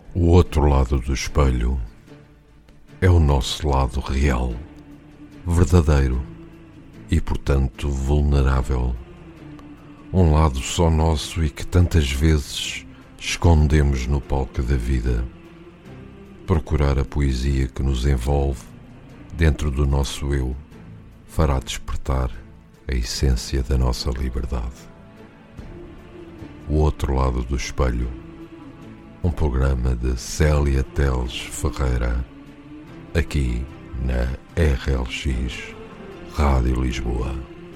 O outro lado do espelho é o nosso lado real, verdadeiro e, portanto, vulnerável. Um lado só nosso e que tantas vezes escondemos no palco da vida. Procurar a poesia que nos envolve dentro do nosso eu fará despertar a essência da nossa liberdade. O outro lado do espelho, um programa de Célia Teles Ferreira, aqui na RLX Rádio Lisboa.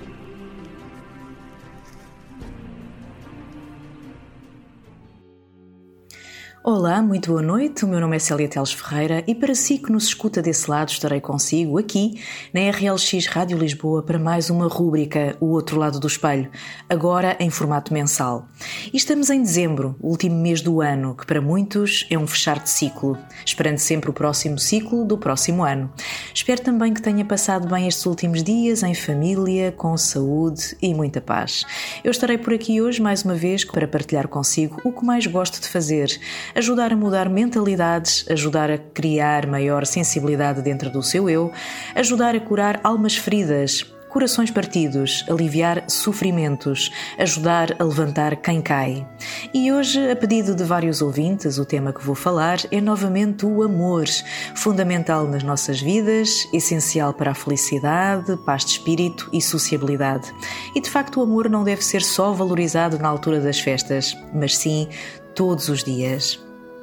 Olá, muito boa noite, o meu nome é Célia Teles Ferreira e para si que nos escuta desse lado estarei consigo aqui na RLX Rádio Lisboa para mais uma rúbrica, O Outro Lado do Espelho, agora em formato mensal. E estamos em dezembro, o último mês do ano, que para muitos é um fechar de ciclo, esperando sempre o próximo ciclo do próximo ano. Espero também que tenha passado bem estes últimos dias em família, com saúde e muita paz. Eu estarei por aqui hoje mais uma vez para partilhar consigo o que mais gosto de fazer, ajudar a mudar mentalidades, ajudar a criar maior sensibilidade dentro do seu eu, ajudar a curar almas feridas, corações partidos, aliviar sofrimentos, ajudar a levantar quem cai. E hoje, a pedido de vários ouvintes, o tema que vou falar é novamente o amor, fundamental nas nossas vidas, essencial para a felicidade, paz de espírito e sociabilidade. E de facto o amor não deve ser só valorizado na altura das festas, mas sim todos os dias.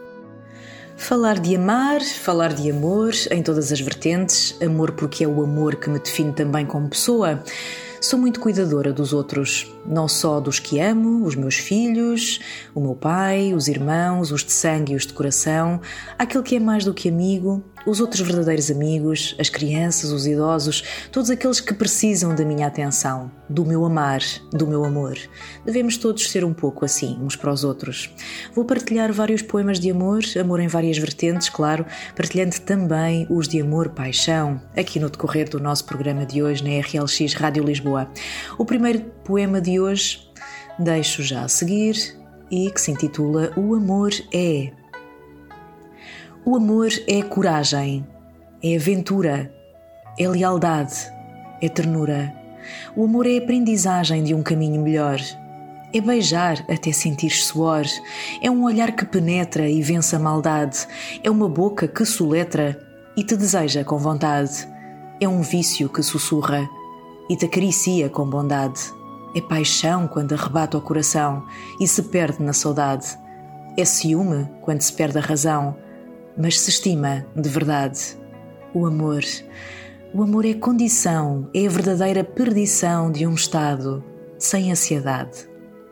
Falar de amar, falar de amor em todas as vertentes, amor porque é o amor que me define também como pessoa. Sou muito cuidadora dos outros, não só dos que amo, os meus filhos, o meu pai, os irmãos, os de sangue e os de coração, aquele que é mais do que amigo, os outros verdadeiros amigos, as crianças, os idosos, todos aqueles que precisam da minha atenção, do meu amar, do meu amor. Devemos todos ser um pouco assim, uns para os outros. Vou partilhar vários poemas de amor, amor em várias vertentes, claro, partilhando também os de amor-paixão, aqui no decorrer do nosso programa de hoje na RLX Rádio Lisboa. O primeiro poema de hoje deixo já a seguir e que se intitula O Amor é. O amor é coragem, é aventura, é lealdade, é ternura. O amor é aprendizagem de um caminho melhor. É beijar até sentir suor. É um olhar que penetra e vence a maldade. É uma boca que soletra e te deseja com vontade. É um vício que sussurra e te acaricia com bondade. É paixão quando arrebata o coração e se perde na saudade. É ciúme quando se perde a razão, mas se estima de verdade. O amor é condição, é a verdadeira perdição de um estado sem ansiedade.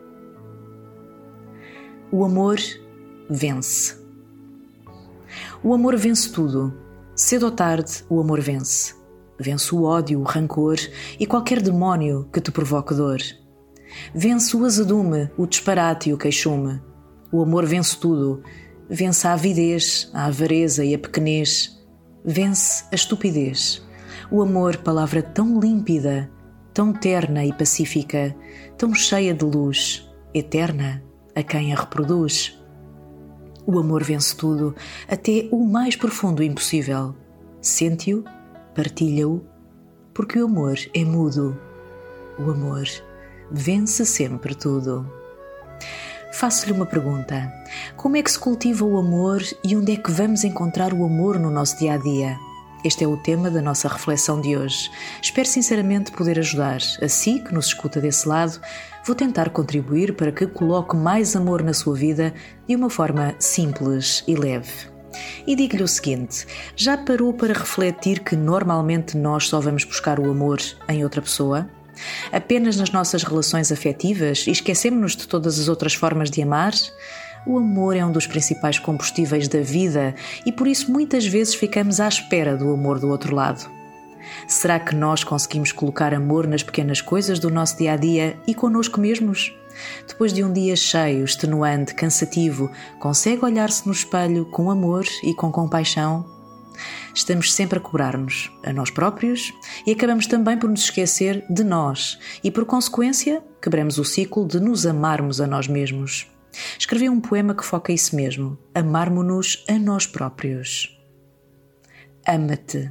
O amor vence. O amor vence tudo. Cedo ou tarde, o amor vence. Vence o ódio, o rancor e qualquer demónio que te provoque dor. Vence o azedume, o disparate e o queixume. O amor vence tudo. Vence a avidez, a avareza e a pequenez. Vence a estupidez. O amor, palavra tão límpida, tão terna e pacífica, tão cheia de luz, eterna a quem a reproduz. O amor vence tudo, até o mais profundo impossível. Sente-o, partilha-o, porque o amor é mudo. O amor vence sempre tudo. Faço-lhe uma pergunta. Como é que se cultiva o amor e onde é que vamos encontrar o amor no nosso dia-a-dia? Este é o tema da nossa reflexão de hoje. Espero sinceramente poder ajudar. A si, que nos escuta desse lado, vou tentar contribuir para que coloque mais amor na sua vida de uma forma simples e leve. E digo-lhe o seguinte, já parou para refletir que normalmente nós só vamos buscar o amor em outra pessoa? Apenas nas nossas relações afetivas e esquecemos-nos de todas as outras formas de amar? O amor é um dos principais combustíveis da vida e por isso muitas vezes ficamos à espera do amor do outro lado. Será que nós conseguimos colocar amor nas pequenas coisas do nosso dia-a-dia e connosco mesmos? Depois de um dia cheio, extenuante, cansativo, consegue olhar-se no espelho com amor e com compaixão? Estamos sempre a cobrar-nos, a nós próprios, e acabamos também por nos esquecer de nós e, por consequência, quebramos o ciclo de nos amarmos a nós mesmos. Escrevi um poema que foca isso mesmo, amarmo-nos a nós próprios. Ama-te.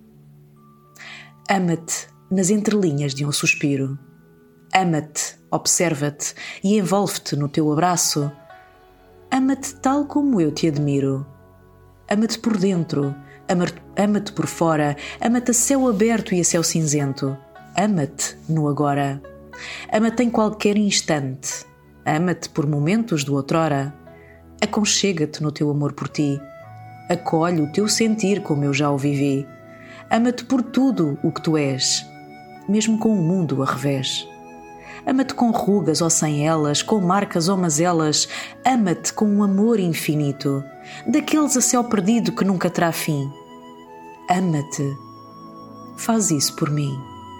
Ama-te nas entrelinhas de um suspiro. Ama-te, observa-te e envolve-te no teu abraço. Ama-te tal como eu te admiro. Ama-te por dentro, ama-te por fora, ama-te a céu aberto e a céu cinzento. Ama-te no agora. Ama-te em qualquer instante. Ama-te por momentos do outrora. Aconchega-te no teu amor por ti. Acolhe o teu sentir como eu já o vivi. Ama-te por tudo o que tu és, mesmo com o mundo a revés. Ama-te com rugas ou sem elas, com marcas ou mazelas. Ama-te com um amor infinito, daqueles a céu perdido que nunca terá fim. Ama-te. Faz isso por mim.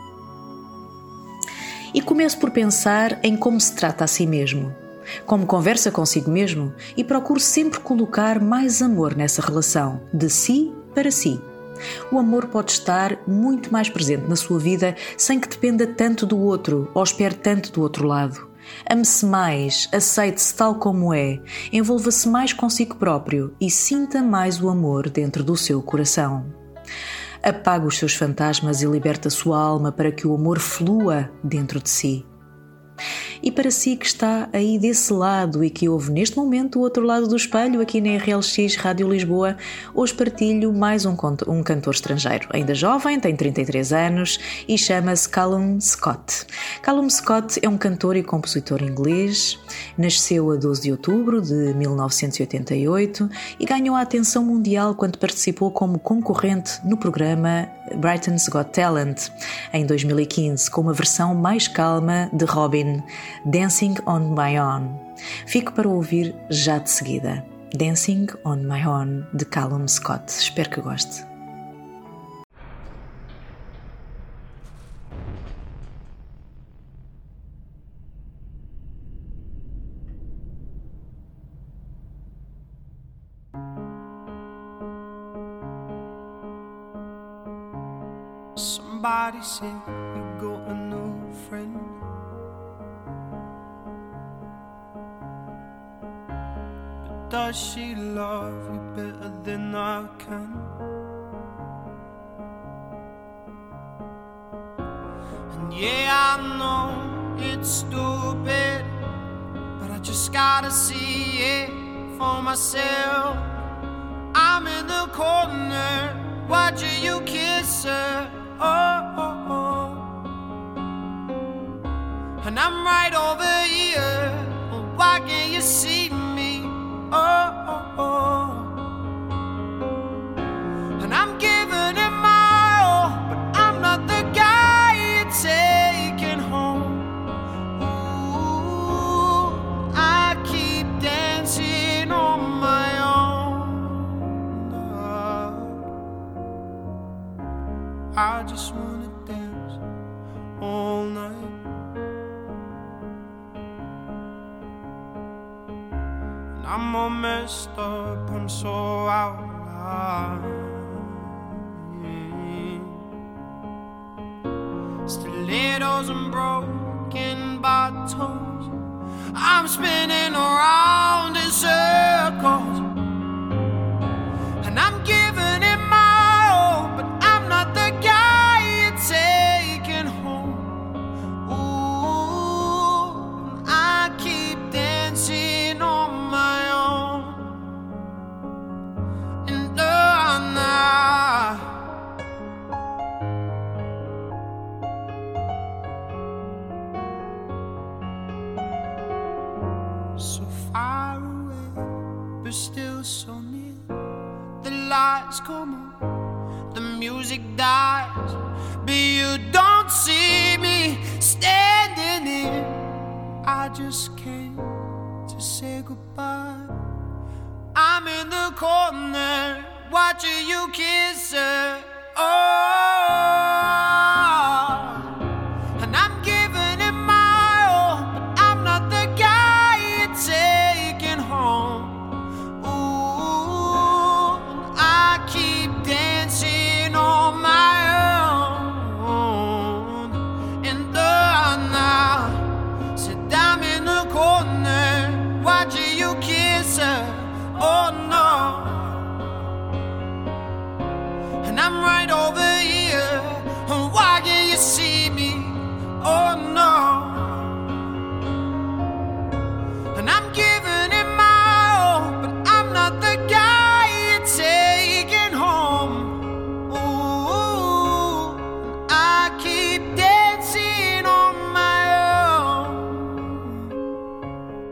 E começo por pensar em como se trata a si mesmo, como conversa consigo mesmo, e procuro sempre colocar mais amor nessa relação, de si para si. O amor pode estar muito mais presente na sua vida sem que dependa tanto do outro ou espere tanto do outro lado. Ame-se mais, aceite-se tal como é, envolva-se mais consigo próprio e sinta mais o amor dentro do seu coração. Apague os seus fantasmas e liberta a sua alma para que o amor flua dentro de si. E para si que está aí desse lado e que ouve neste momento o outro lado do espelho aqui na RLX Rádio Lisboa, hoje partilho mais um cantor estrangeiro. Ainda jovem, tem 33 anos e chama-se Callum Scott. Callum Scott é um cantor e compositor inglês, nasceu a 12 de outubro de 1988 e ganhou a atenção mundial quando participou como concorrente no programa Britain's Got Talent em 2015 com uma versão mais calma de Robyn, Dancing on My Own. Fico para ouvir já de seguida. Dancing on My Own, de Callum Scott. Espero que goste. Somebody said you got a new friend. But does she love you better than I can? And yeah, I know it's stupid, but I just gotta see it for myself. I'm in the corner watching you kiss her. Oh, oh, oh. And I'm right over here. Why can't you see me? Oh, oh, oh. And I'm giving it my all, but I'm not the guy you're taking home. Ooh, I keep dancing on my own. I just wanna dance all night. And I'm all messed up, I'm so out of line. Stilettos and broken bottles, I'm spinning around in circles. And I'm giving it my all, but I'm not the guy you're taking home. Ooh, I keep dancing on my own. And so far away, but still so near. The lights come on, the music dies, but you don't see me standing here. I just came to say goodbye. I'm in the corner watching you kiss her. Oh, and I'm giving it my all, but I'm not the guy you're taking home. Ooh, I keep dancing on my own. And now, said I'm in the corner watching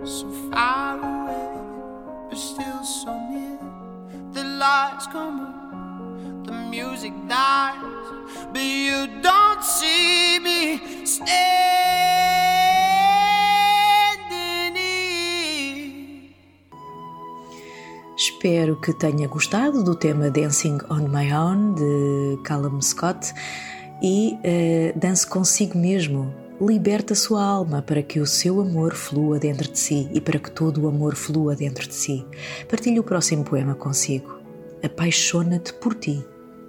so far away, but still so near. The lights come on, the music dies, but you don't see me standing here. Espero que tenha gostado do tema Dancing on My Own de Callum Scott e dance consigo mesmo. Liberta a sua alma para que o seu amor flua dentro de si e para que todo o amor flua dentro de si. Partilhe o próximo poema consigo. Apaixona-te por ti.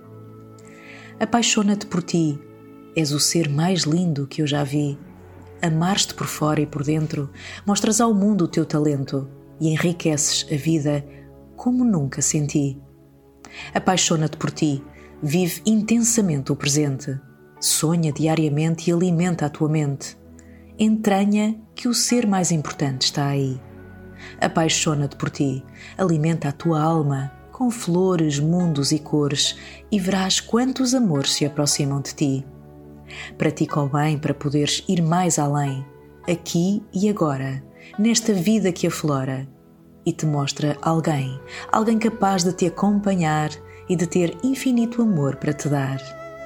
Apaixona-te por ti. És o ser mais lindo que eu já vi. Amares-te por fora e por dentro, mostras ao mundo o teu talento e enriqueces a vida como nunca senti. Apaixona-te por ti. Vive intensamente o presente. Sonha diariamente e alimenta a tua mente. Entranha que o ser mais importante está aí. Apaixona-te por ti. Alimenta a tua alma com flores, mundos e cores e verás quantos amores se aproximam de ti. Pratica o bem para poderes ir mais além, aqui e agora, nesta vida que aflora, e te mostra alguém capaz de te acompanhar e de ter infinito amor para te dar.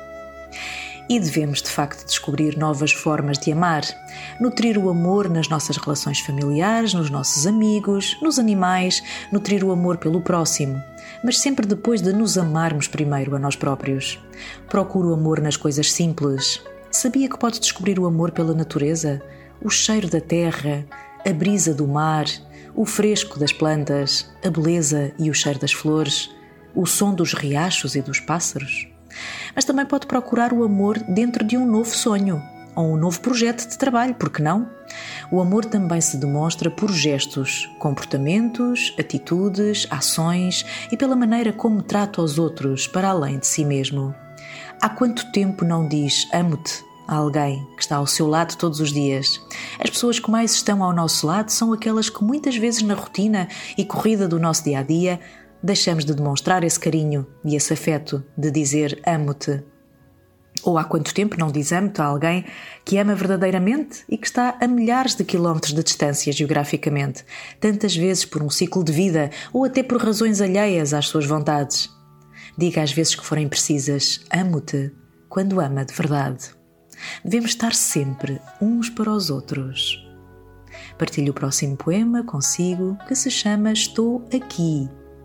E devemos, de facto, descobrir novas formas de amar, nutrir o amor nas nossas relações familiares, nos nossos amigos, nos animais, nutrir o amor pelo próximo, mas sempre depois de nos amarmos primeiro a nós próprios. Procura o amor nas coisas simples. Sabia que pode descobrir o amor pela natureza? O cheiro da terra, a brisa do mar, o fresco das plantas, a beleza e o cheiro das flores, o som dos riachos e dos pássaros. Mas também pode procurar o amor dentro de um novo sonho ou um novo projeto de trabalho, por que não? O amor também se demonstra por gestos, comportamentos, atitudes, ações e pela maneira como trata os outros para além de si mesmo. Há quanto tempo não diz amo-te a alguém que está ao seu lado todos os dias? As pessoas que mais estão ao nosso lado são aquelas que muitas vezes na rotina e corrida do nosso dia-a-dia deixamos de demonstrar esse carinho e esse afeto de dizer amo-te. Ou há quanto tempo não diz amo-te a alguém que ama verdadeiramente e que está a milhares de quilómetros de distância geograficamente, tantas vezes por um ciclo de vida ou até por razões alheias às suas vontades. Diga às vezes que forem precisas amo-te quando ama de verdade. Devemos estar sempre uns para os outros. Partilhe o próximo poema consigo que se chama Estou Aqui.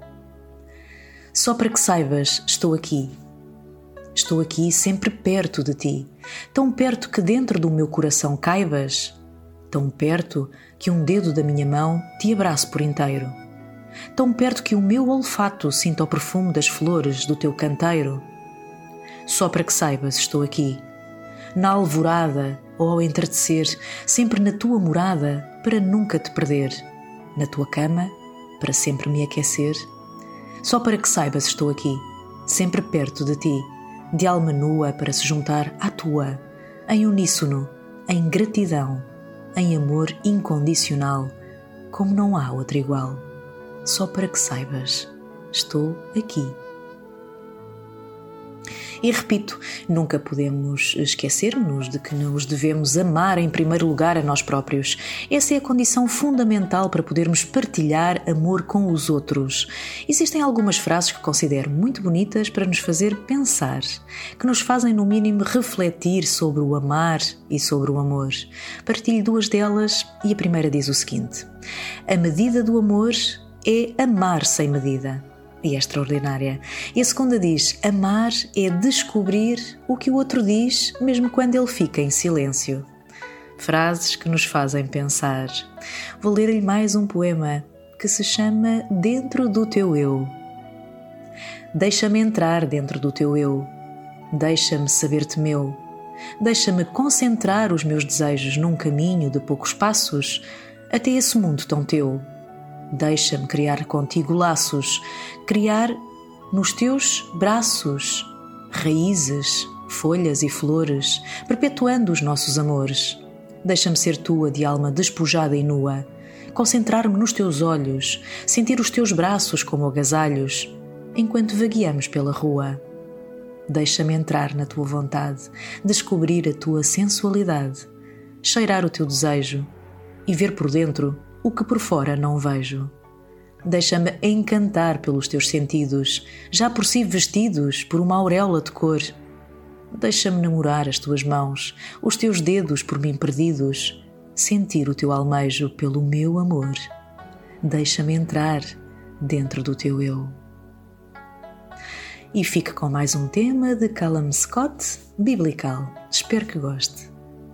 Só para que saibas, estou aqui. Estou aqui sempre perto de ti, tão perto que dentro do meu coração caibas, tão perto que um dedo da minha mão te abrace por inteiro, tão perto que o meu olfato sinta o perfume das flores do teu canteiro. Só para que saibas, estou aqui, na alvorada ou ao entardecer, sempre na tua morada para nunca te perder, na tua cama para sempre me aquecer. Só para que saibas, estou aqui, sempre perto de ti, de alma nua para se juntar à tua, em uníssono, em gratidão, em amor incondicional, como não há outro igual. Só para que saibas, estou aqui. E repito, nunca podemos esquecer-nos de que nos devemos amar em primeiro lugar a nós próprios. Essa é a condição fundamental para podermos partilhar amor com os outros. Existem algumas frases que considero muito bonitas para nos fazer pensar, que nos fazem no mínimo refletir sobre o amar e sobre o amor. Partilho duas delas e a primeira diz o seguinte: a medida do amor é amar sem medida. E é extraordinária. E a segunda diz: amar é descobrir o que o outro diz, mesmo quando ele fica em silêncio. Frases que nos fazem pensar. Vou ler-lhe mais um poema que se chama Dentro do Teu Eu. Deixa-me entrar dentro do teu eu. Deixa-me saber-te meu. Deixa-me concentrar os meus desejos num caminho de poucos passos até esse mundo tão teu. Deixa-me criar contigo laços, criar nos teus braços raízes, folhas e flores, perpetuando os nossos amores. Deixa-me ser tua de alma despojada e nua, concentrar-me nos teus olhos, sentir os teus braços como agasalhos, enquanto vagueamos pela rua. Deixa-me entrar na tua vontade, descobrir a tua sensualidade, cheirar o teu desejo e ver por dentro o que por fora não vejo. Deixa-me encantar pelos teus sentidos, já por si vestidos por uma auréola de cor. Deixa-me namorar as tuas mãos, os teus dedos por mim perdidos, sentir o teu almejo pelo meu amor. Deixa-me entrar dentro do teu eu. E fique com mais um tema de Callum Scott, Biblical. Espero que goste.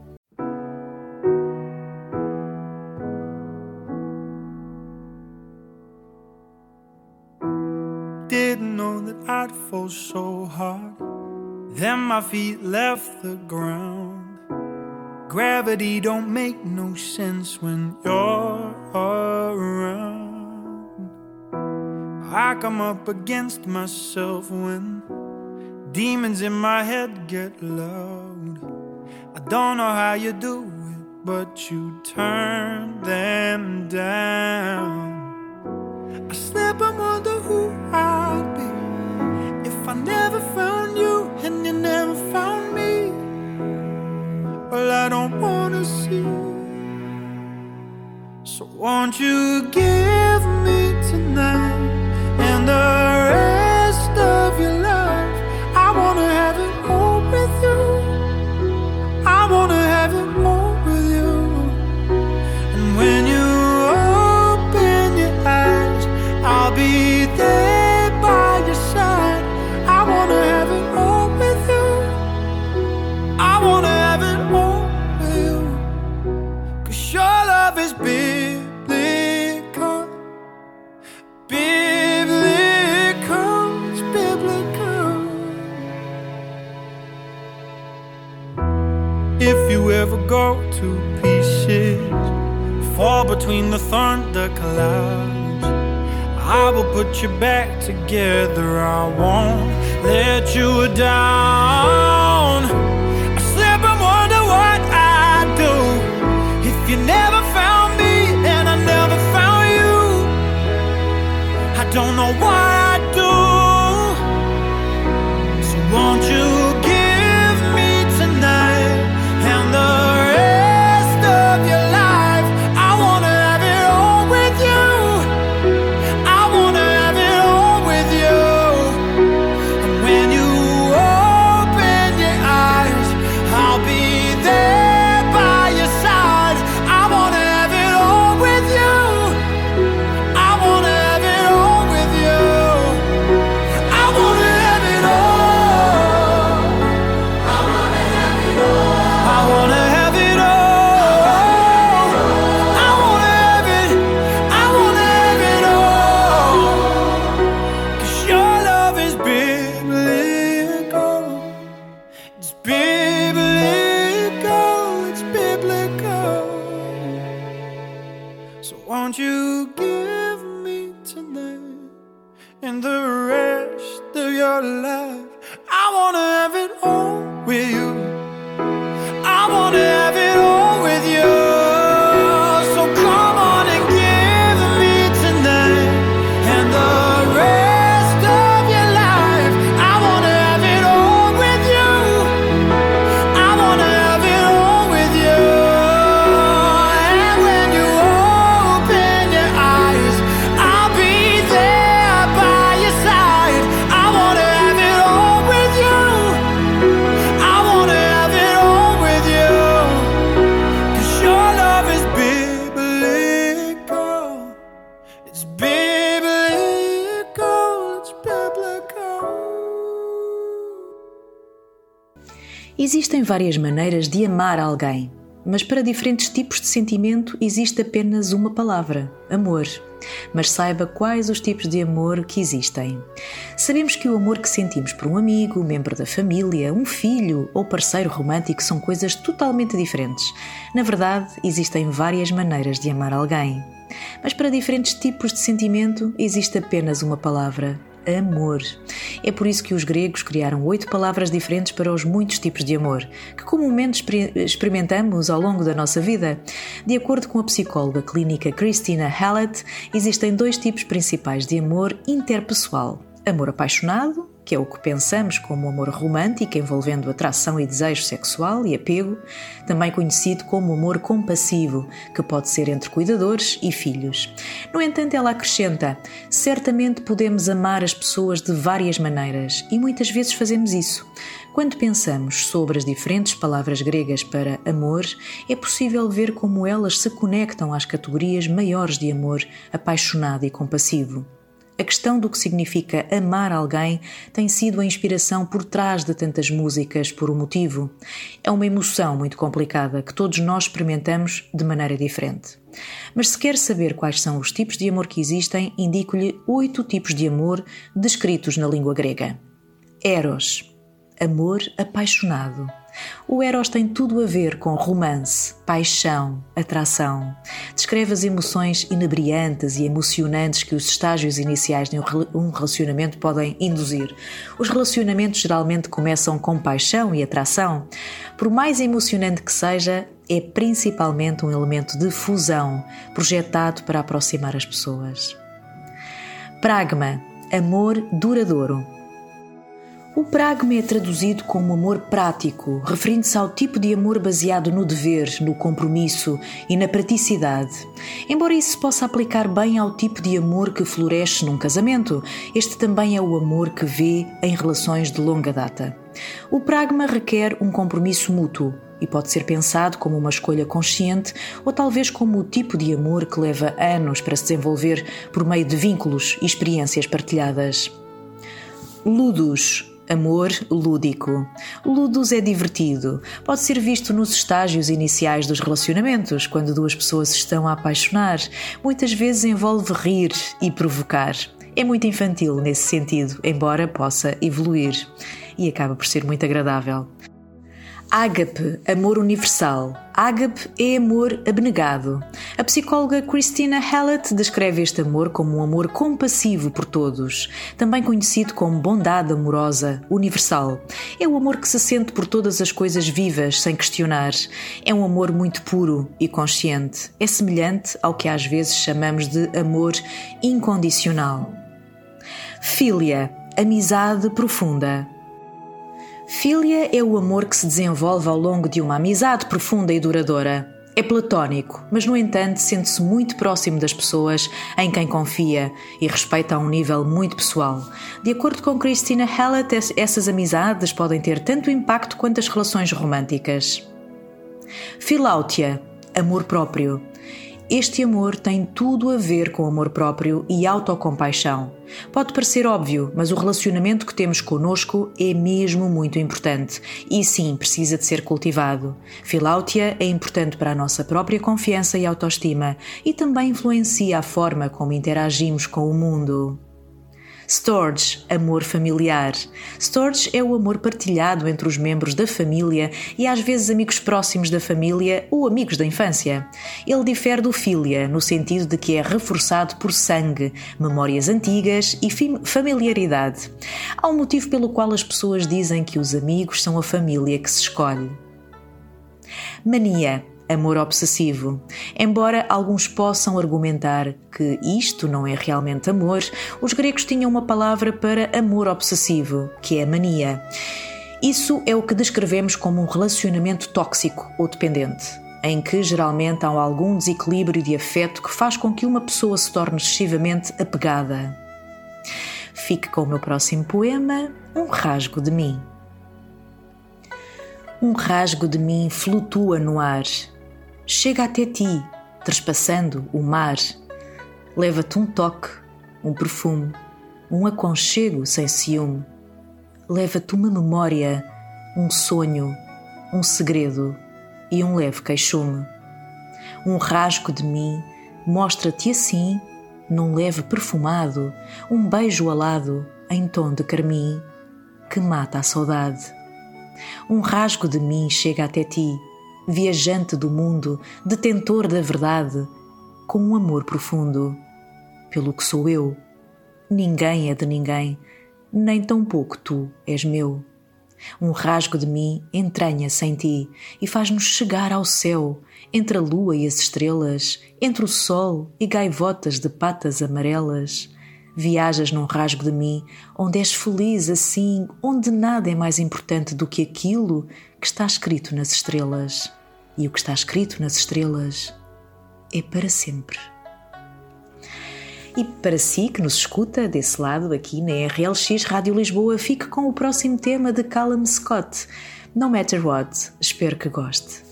Didn't know that I'd fall so hard. Then my feet left the ground. Gravity don't make no sense when you're around. I come up against myself when demons in my head get loud. I don't know how you do it, but you turn them down. I slip and wonder who I'd be if I never found you and you never found me. Well, I don't wanna see. So won't you give me tonight and the rest of your life? I wanna have it all with you. I wanna have it all with you. And when you open your eyes, I'll be there by your side. I wanna have it all with you. I wanna have it all with you. 'Cause your love is biblical. It's biblical. If you ever go to pieces, fall between the thunder clouds, I will put you back together. I won't let you down. I slip and wonder what I'd do if you never found me and I never found you. I don't know what I'd do. So won't you give me tonight and the rest of your life? I wanna have it all with you. I wanna have it all with you. And when you open your eyes, I'll be there by your side. I wanna have it all with you. I wanna have it all with you. I wanna have it all. I wanna have it all. I wanna have it all. I wanna have it. I wanna have it all. 'Cause your love is biblical. It's biblical. It's biblical. So won't you give me tonight and the rest of your life? I wanna have it all with you. I wanna have it all with you. So come on and give me tonight and the rest of your life. I wanna have it all with you. I wanna have it all with you. And when you open your eyes, I'll be there by your side. I wanna have it all with you. I wanna have it all with you. 'Cause your love is biblical. It's biblical. It's biblical. Existem várias maneiras de amar alguém, mas para diferentes tipos de sentimento existe apenas uma palavra: amor. Mas saiba quais os tipos de amor que existem. Sabemos que o amor que sentimos por um amigo, membro da família, um filho ou parceiro romântico são coisas totalmente diferentes. Na verdade, existem várias maneiras de amar alguém. Mas para diferentes tipos de sentimento existe apenas uma palavra: amor. É por isso que os gregos criaram 8 palavras diferentes para os muitos tipos de amor, que comumente experimentamos ao longo da nossa vida. De acordo com a psicóloga clínica Christina Hallett, existem 2 tipos principais de amor interpessoal: amor apaixonado que é o que pensamos como amor romântico envolvendo atração e desejo sexual e apego, também conhecido como amor compassivo, que pode ser entre cuidadores e filhos. No entanto, ela acrescenta: certamente podemos amar as pessoas de várias maneiras e muitas vezes fazemos isso. Quando pensamos sobre as diferentes palavras gregas para amor, é possível ver como elas se conectam às categorias maiores de amor apaixonado e compassivo. A questão do que significa amar alguém tem sido a inspiração por trás de tantas músicas por um motivo. É uma emoção muito complicada que todos nós experimentamos de maneira diferente. Mas se quer saber quais são os tipos de amor que existem, indico-lhe 8 tipos de amor descritos na língua grega. Eros, amor apaixonado. O Eros tem tudo a ver com romance, paixão, atração. Descreve as emoções inebriantes e emocionantes que os estágios iniciais de um relacionamento podem induzir. Os relacionamentos geralmente começam com paixão e atração. Por mais emocionante que seja, é principalmente um elemento de fusão, projetado para aproximar as pessoas. Pragma, amor duradouro. O pragma é traduzido como amor prático, referindo-se ao tipo de amor baseado no dever, no compromisso e na praticidade. Embora isso se possa aplicar bem ao tipo de amor que floresce num casamento, este também é o amor que vê em relações de longa data. O pragma requer um compromisso mútuo e pode ser pensado como uma escolha consciente ou talvez como o tipo de amor que leva anos para se desenvolver por meio de vínculos e experiências partilhadas. Ludus, amor lúdico. Ludus é divertido. Pode ser visto nos estágios iniciais dos relacionamentos, quando duas pessoas se estão a apaixonar. Muitas vezes envolve rir e provocar. É muito infantil nesse sentido, embora possa evoluir. E acaba por ser muito agradável. Ágape, amor universal. Ágape é amor abnegado. A psicóloga Christina Hallett descreve este amor como um amor compassivo por todos, também conhecido como bondade amorosa, universal. É o amor que se sente por todas as coisas vivas, sem questionar. É um amor muito puro e consciente. É semelhante ao que às vezes chamamos de amor incondicional. Filia, amizade profunda. Filia é o amor que se desenvolve ao longo de uma amizade profunda e duradoura. É platónico, mas no entanto sente-se muito próximo das pessoas em quem confia e respeita a um nível muito pessoal. De acordo com Christina Hallett, essas amizades podem ter tanto impacto quanto as relações românticas. Filáutia, amor próprio. Este amor tem tudo a ver com amor próprio e autocompaixão. Pode parecer óbvio, mas o relacionamento que temos connosco é mesmo muito importante e sim, precisa de ser cultivado. Filáutia é importante para a nossa própria confiança e autoestima e também influencia a forma como interagimos com o mundo. Storge, amor familiar. Storge é o amor partilhado entre os membros da família e às vezes amigos próximos da família ou amigos da infância. Ele difere do filia no sentido de que é reforçado por sangue, memórias antigas e familiaridade. Há um motivo pelo qual as pessoas dizem que os amigos são a família que se escolhe. Mania. Amor obsessivo. Embora alguns possam argumentar que isto não é realmente amor, os gregos tinham uma palavra para amor obsessivo, que é mania. Isso é o que descrevemos como um relacionamento tóxico ou dependente, em que geralmente há algum desequilíbrio de afeto que faz com que uma pessoa se torne excessivamente apegada. Fique com o meu próximo poema, Um rasgo de mim. Um rasgo de mim flutua no ar. Chega até ti, trespassando o mar. Leva-te um toque, um perfume, um aconchego sem ciúme. Leva-te uma memória, um sonho, um segredo e um leve queixume. Um rasgo de mim mostra-te assim, num leve perfumado, um beijo alado em tom de carmim que mata a saudade. Um rasgo de mim chega até ti, viajante do mundo, detentor da verdade, com um amor profundo. Pelo que sou eu, ninguém é de ninguém, nem tampouco tu és meu. Um rasgo de mim entranha-se em ti e faz-nos chegar ao céu, entre a lua e as estrelas, entre o sol e gaivotas de patas amarelas. Viajas num rasgo de mim, onde és feliz assim, onde nada é mais importante do que aquilo que está escrito nas estrelas. E o que está escrito nas estrelas é para sempre. E para si que nos escuta desse lado aqui na RLX Rádio Lisboa, fique com o próximo tema de Callum Scott, No Matter What. Espero que goste.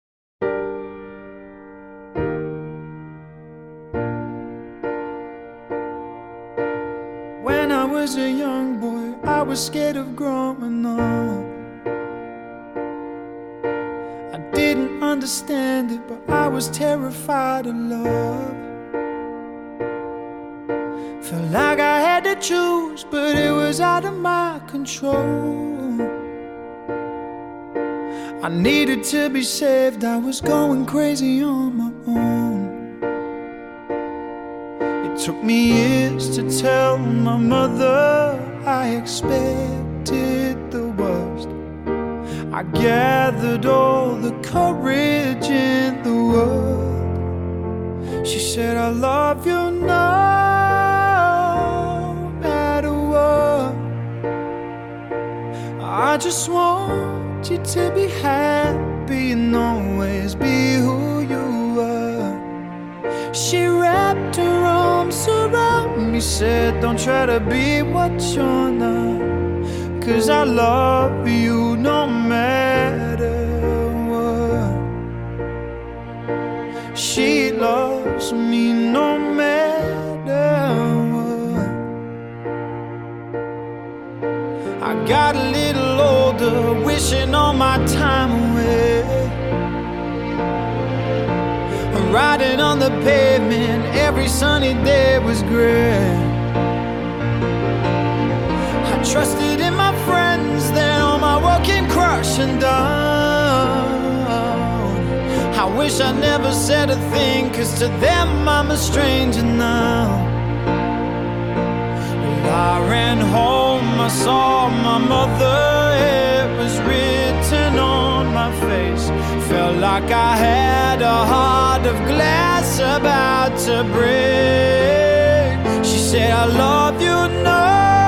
When I was a young boy, I was scared of growing up. I didn't understand it, but I was terrified of love. Felt like I had to choose, but it was out of my control. I needed to be saved, I was going crazy on my own. It took me years to tell my mother I expected the worst. I gathered all the courage in the world. She said, I love you no matter what. I just want you to be happy and always be who you are. She wrapped her arms around me, said, don't try to be what you're not, 'cause I love you no matter what. She loves me no matter what. I got a little older, wishing all my time away, riding on the pavement, every sunny day was great. I trusted in my friends, then all my world came crashing down. I wish I never said a thing, 'cause to them I'm a stranger now. I ran home, I saw my mother, it was written on my face. Felt like I had a heart of glass about to break. She said, I love you no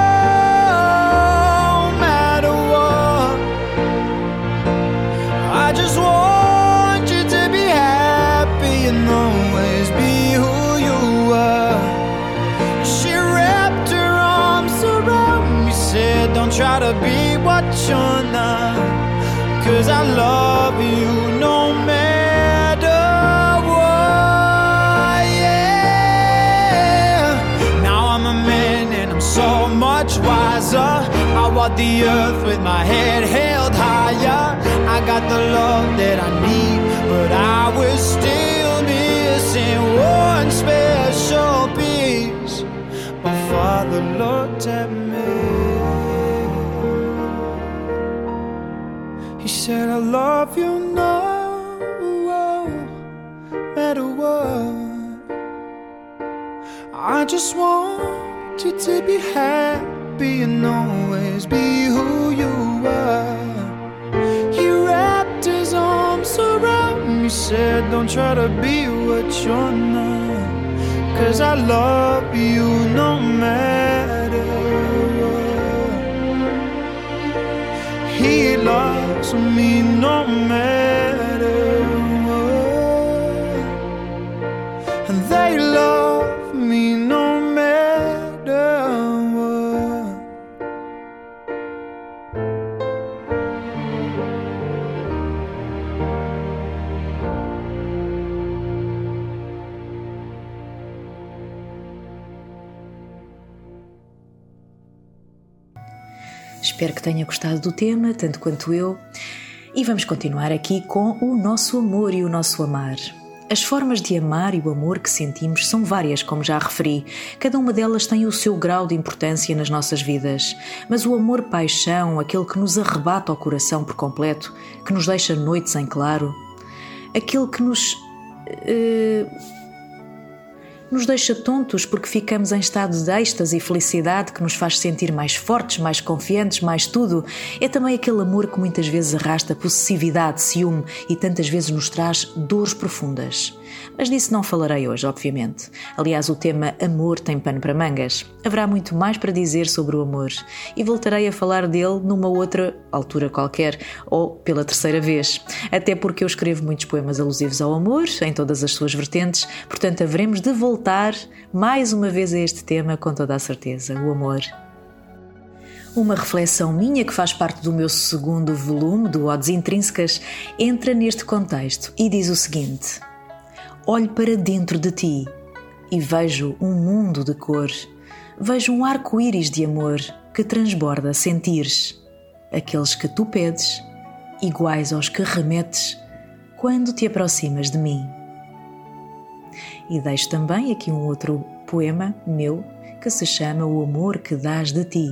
matter what. I just want you to be happy and always be who you are. She wrapped her arms around me, said, don't try to be what you're not, 'cause I love you no matter what, yeah. Now I'm a man and I'm so much wiser. I walk the earth with my head held higher. I got the love that I need, but I was still missing one special piece. My father looked at me, he said, I love you no matter what. I just want you to be happy and always be who you are. He wrapped his arms around me, said, don't try to be what you're not, 'cause I love you no matter what. He loves me no matter what, and they love me no matter what. Espero que tenha gostado do tema, tanto quanto eu. E vamos continuar aqui com o nosso amor e o nosso amar. As formas de amar e o amor que sentimos são várias, como já referi. Cada uma delas tem o seu grau de importância nas nossas vidas. Mas o amor-paixão, aquele que nos arrebata ao coração por completo, que nos deixa noites em claro, aquele que nos nos deixa tontos porque ficamos em estado de êxtase e felicidade que nos faz sentir mais fortes, mais confiantes, mais tudo. É também aquele amor que muitas vezes arrasta possessividade, ciúme e tantas vezes nos traz dores profundas. Mas disso não falarei hoje, obviamente. Aliás, o tema amor tem pano para mangas. Haverá muito mais para dizer sobre o amor e voltarei a falar dele numa outra altura qualquer ou pela terceira vez. Até porque eu escrevo muitos poemas alusivos ao amor, em todas as suas vertentes, portanto haveremos de voltar mais uma vez a este tema com toda a certeza, o amor. Uma reflexão minha que faz parte do meu segundo volume, do Odes Intrínsecas, entra neste contexto e diz o seguinte: olho para dentro de ti e vejo um mundo de cor, vejo um arco-íris de amor que transborda sentires, aqueles que tu pedes, iguais aos que remetes quando te aproximas de mim. E deixo também aqui um outro poema meu que se chama O Amor que Dás de Ti.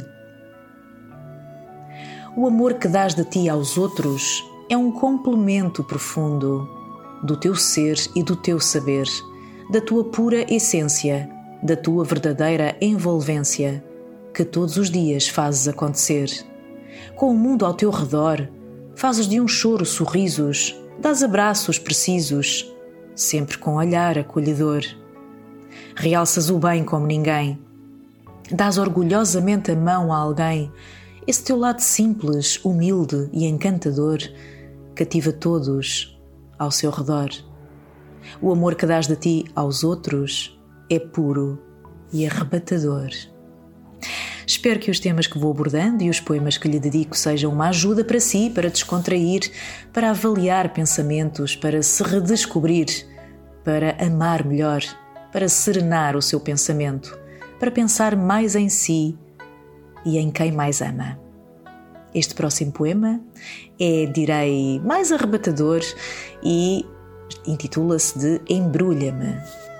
O amor que dás de ti aos outros é um complemento profundo do teu ser e do teu saber, da tua pura essência, da tua verdadeira envolvência, que todos os dias fazes acontecer. Com o mundo ao teu redor, fazes de um choro sorrisos, dás abraços precisos, sempre com olhar acolhedor. Realças o bem como ninguém, dás orgulhosamente a mão a alguém. Esse teu lado simples, humilde e encantador cativa todos ao seu redor. O amor que dás de ti aos outros é puro e arrebatador. Espero que os temas que vou abordando e os poemas que lhe dedico sejam uma ajuda para si, para descontrair, para avaliar pensamentos, para se redescobrir, para amar melhor, para serenar o seu pensamento, para pensar mais em si e em quem mais ama. Este próximo poema é, direi, mais arrebatador e intitula-se de Embrulha-me.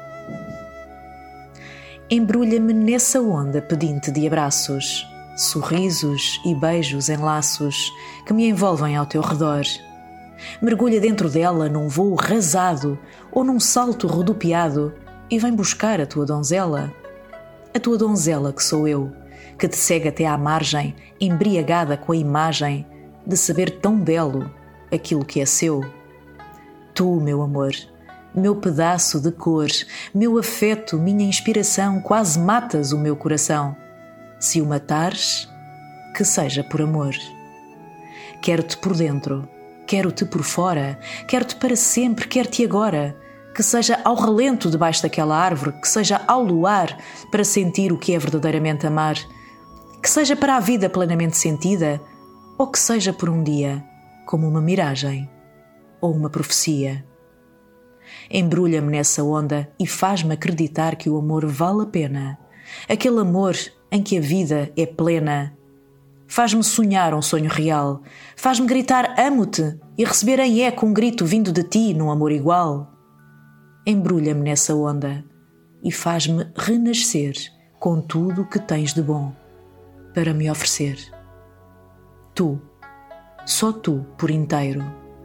Embrulha-me nessa onda pedinte de abraços, sorrisos e beijos em laços que me envolvem ao teu redor. Mergulha dentro dela num voo rasado ou num salto rodopiado e vem buscar a tua donzela que sou eu, que te segue até à margem, embriagada com a imagem de saber tão belo aquilo que é seu. Tu, meu amor, meu pedaço de cor, meu afeto, minha inspiração, quase matas o meu coração. Se o matares, que seja por amor. Quero-te por dentro, quero-te por fora, quero-te para sempre, quero-te agora. Que seja ao relento debaixo daquela árvore, que seja ao luar para sentir o que é verdadeiramente amar, que seja para a vida plenamente sentida, ou que seja por um dia, como uma miragem ou uma profecia. Embrulha-me nessa onda e faz-me acreditar que o amor vale a pena, aquele amor em que a vida é plena. Faz-me sonhar um sonho real, faz-me gritar amo-te e receber em eco um grito vindo de ti num amor igual. Embrulha-me nessa onda e faz-me renascer com tudo que tens de bom para me oferecer. Tu, só tu por inteiro.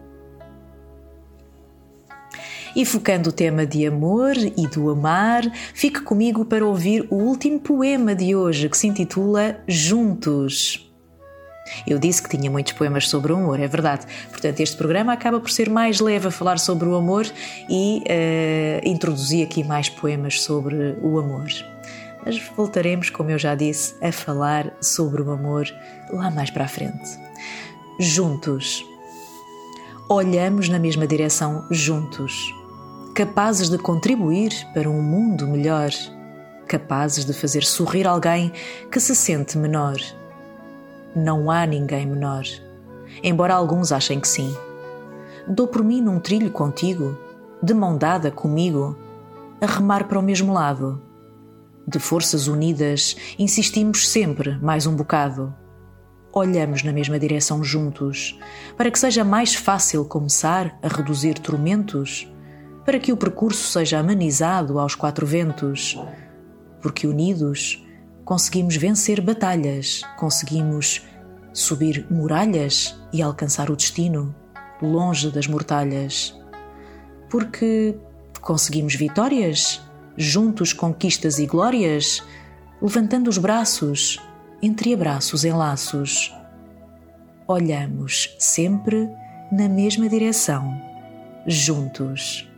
E focando o tema de amor e do amar, fique comigo para ouvir o último poema de hoje, que se intitula Juntos. Eu disse que tinha muitos poemas sobre o amor, é verdade. Portanto, este programa acaba por ser mais leve a falar sobre o amor e introduzi aqui mais poemas sobre o amor. Mas voltaremos, como eu já disse, a falar sobre o amor lá mais para a frente. Juntos. Olhamos na mesma direção juntos, capazes de contribuir para um mundo melhor, capazes de fazer sorrir alguém que se sente menor. Não há ninguém menor, embora alguns achem que sim. Dou por mim num trilho contigo, de mão dada comigo, a remar para o mesmo lado. De forças unidas, insistimos sempre mais um bocado. Olhamos na mesma direção juntos, para que seja mais fácil começar a reduzir tormentos, para que o percurso seja amenizado aos quatro ventos, porque unidos conseguimos vencer batalhas, conseguimos subir muralhas e alcançar o destino, longe das mortalhas. Porque conseguimos vitórias juntos conquistas e glórias, levantando os braços, entre abraços em laços. Olhamos sempre na mesma direção, juntos.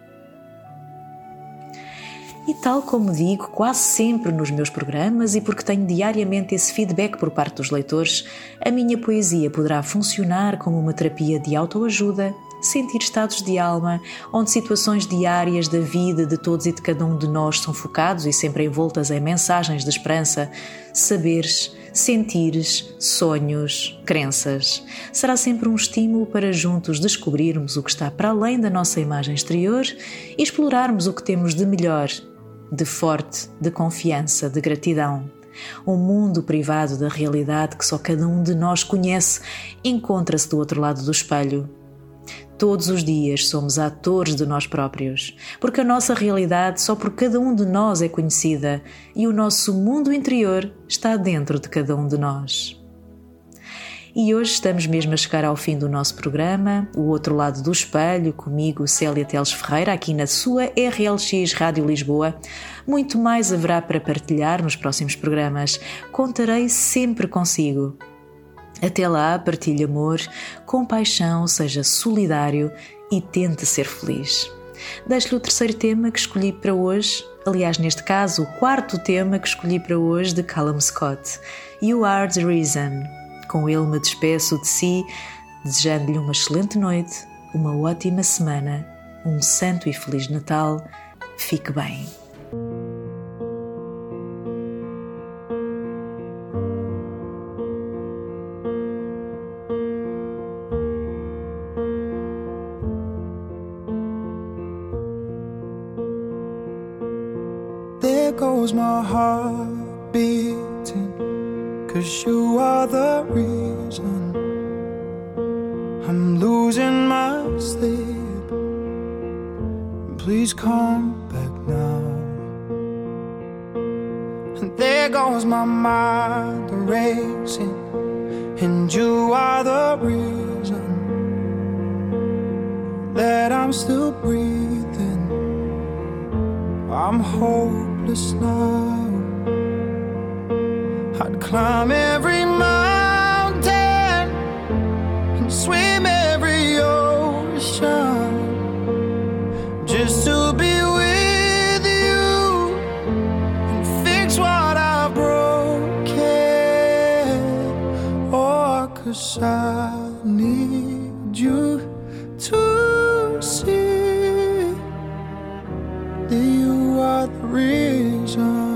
E tal como digo quase sempre nos meus programas e porque tenho diariamente esse feedback por parte dos leitores, a minha poesia poderá funcionar como uma terapia de autoajuda, sentir estados de alma, onde situações diárias da vida de todos e de cada um de nós são focados e sempre envoltas em mensagens de esperança, saberes, sentires, sonhos, crenças. Será sempre um estímulo para juntos descobrirmos o que está para além da nossa imagem exterior e explorarmos o que temos de melhor, de forte, de confiança, de gratidão. Um mundo privado da realidade que só cada um de nós conhece encontra-se do outro lado do espelho. Todos os dias somos atores de nós próprios, porque a nossa realidade só por cada um de nós é conhecida e o nosso mundo interior está dentro de cada um de nós. E hoje estamos mesmo a chegar ao fim do nosso programa, O Outro Lado do Espelho, comigo, Célia Teles Ferreira, aqui na sua RLX Rádio Lisboa. Muito mais haverá para partilhar nos próximos programas. Contarei sempre consigo. Até lá, partilhe amor, compaixão, seja solidário e tente ser feliz. Deixo-lhe o terceiro tema que escolhi para hoje, aliás, neste caso, o quarto tema que escolhi para hoje de Callum Scott, You Are the Reason. Com ele me despeço de si, desejando-lhe uma excelente noite, uma ótima semana, um santo e feliz Natal. Fique bem. There goes my heart beating, 'cause you are the reason I'm losing my sleep. Please come back now. And there goes my mind racing, and you are the reason that I'm still breathing. I'm hopeless now. I'd climb every mountain and swim every ocean just to be with you and fix what I've broken. Oh, 'cause I need you to see that you are the reason.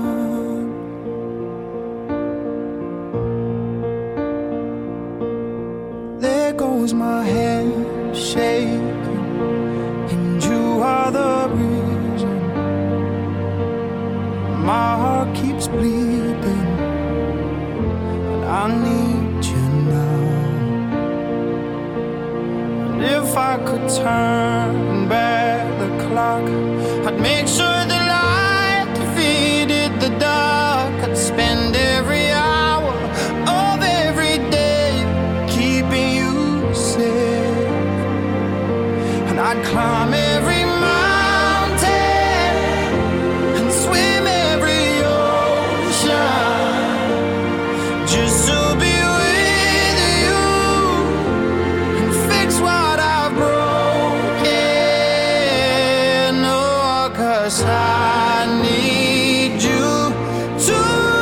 My hand shaking, and you are the reason my heart keeps bleeding, and I need you now. And if I could turn back the clock, I'd make sure the light defeated the dark. I'd spend every hour of every day keeping you safe, and I'd climb every mountain and swim every ocean just to be with you and fix what I've broken. Oh, 'cause I need you to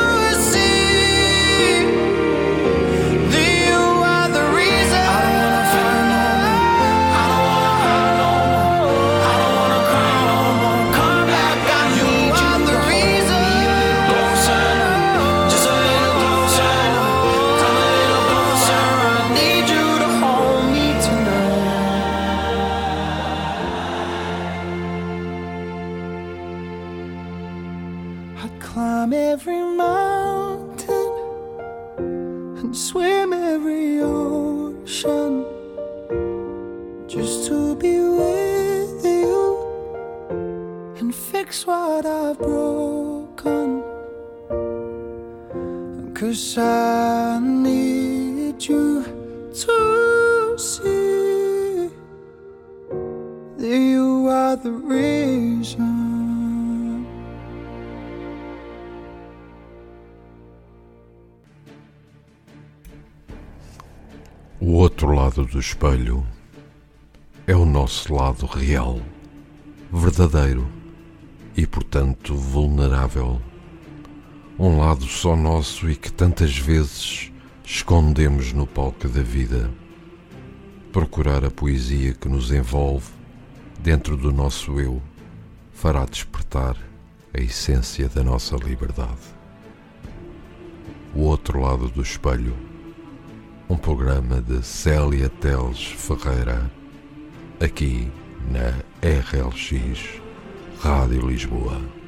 see that you are the reason. I don't wanna fight no more. I don't wanna hurt no more. I don't wanna cry no more. Come back, I need you are the reason. Closer, just a little closer. Come a little closer. I need you to hold me tonight. I'd climb every mountain and swim every ocean just to be with you and fix what I've broken. 'Cause I need you to see that you are the reason. O outro lado do espelho é o nosso lado real, verdadeiro e, portanto, vulnerável. Um lado só nosso e que tantas vezes escondemos no palco da vida. Procurar a poesia que nos envolve dentro do nosso eu fará despertar a essência da nossa liberdade. O outro lado do espelho, um programa de Célia Teles Ferreira, aqui na RLX Rádio Lisboa.